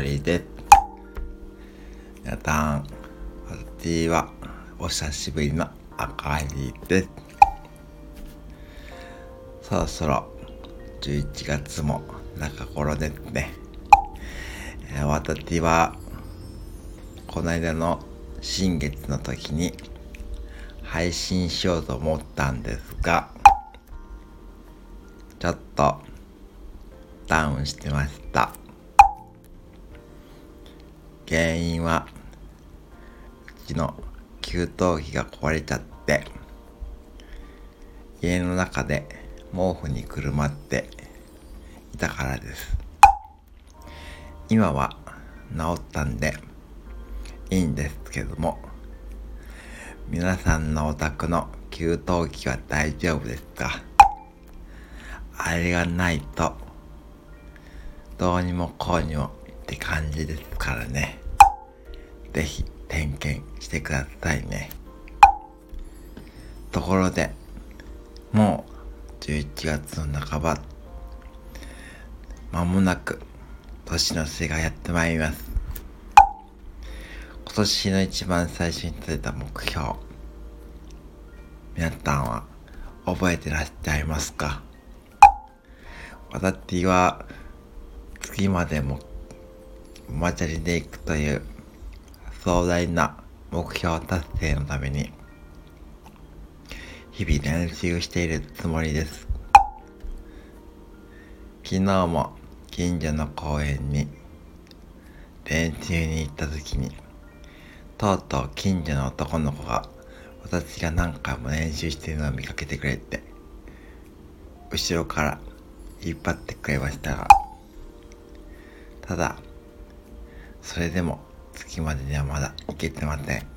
りです。皆さん、私はお久しぶりのあかりです。そろそろ11月も中頃ですね。私はこの間の新月の時に配信しようと思ったんですが、ちょっとダウンしてました。原因はうちの給湯器が壊れちゃって、家の中で毛布にくるまっていたからです。今は治ったんでいいんですけども、皆さんのお宅の給湯器は大丈夫ですか？あれがないとどうにもこうにもって感じですからね。ぜひ点検してくださいね。ところで、もう11月の半ば、間もなく年の瀬がやってまいります。今年の一番最初に立てた目標、皆さんは覚えてらっしゃいますか？私は月までもお祭りで行くという壮大な目標達成のために日々練習しているつもりです。昨日も近所の公園に練習に行った時に、とうとう近所の男の子が私が何回も練習しているのを見かけてくれて、後ろから引っ張ってくれましたが、ただそれでも月までにはまだ行けてません。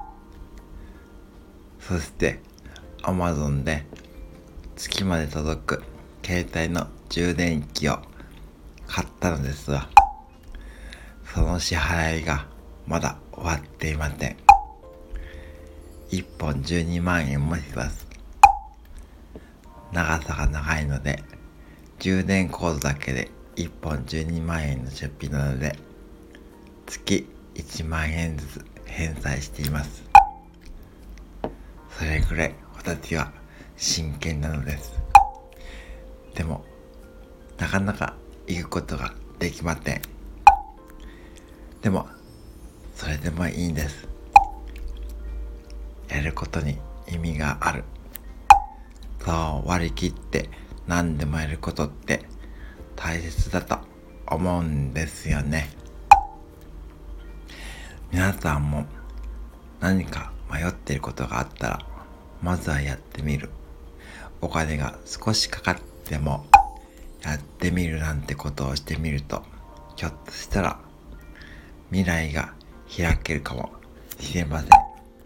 そしてAmazon で月まで届く携帯の充電器を買ったのですが、その支払いがまだ終わっていません。1本12万円もします。長さが長いので、充電コードだけで1本12万円の出費なので、月1万円ずつ返済しています。それぐらい私は真剣なのです。でも、なかなか行くことができません。でも、それでもいいんです。やることに意味がある。そう割り切って何でもやることって大切だと思うんですよね。皆さんも何か迷っていることがあったら、まずはやってみる。お金が少しかかってもやってみるなんてことをしてみると、ひょっとしたら未来が開けるかもしれません。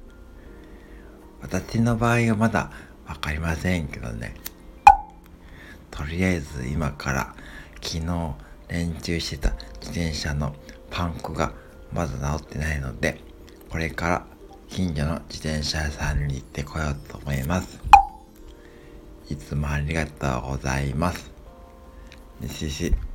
私の場合はまだわかりませんけどね。とりあえず今から昨日練習してた自転車のパンクがまだ治ってないので、これから近所の自転車屋さんに行ってこようと思います。いつもありがとうございます。西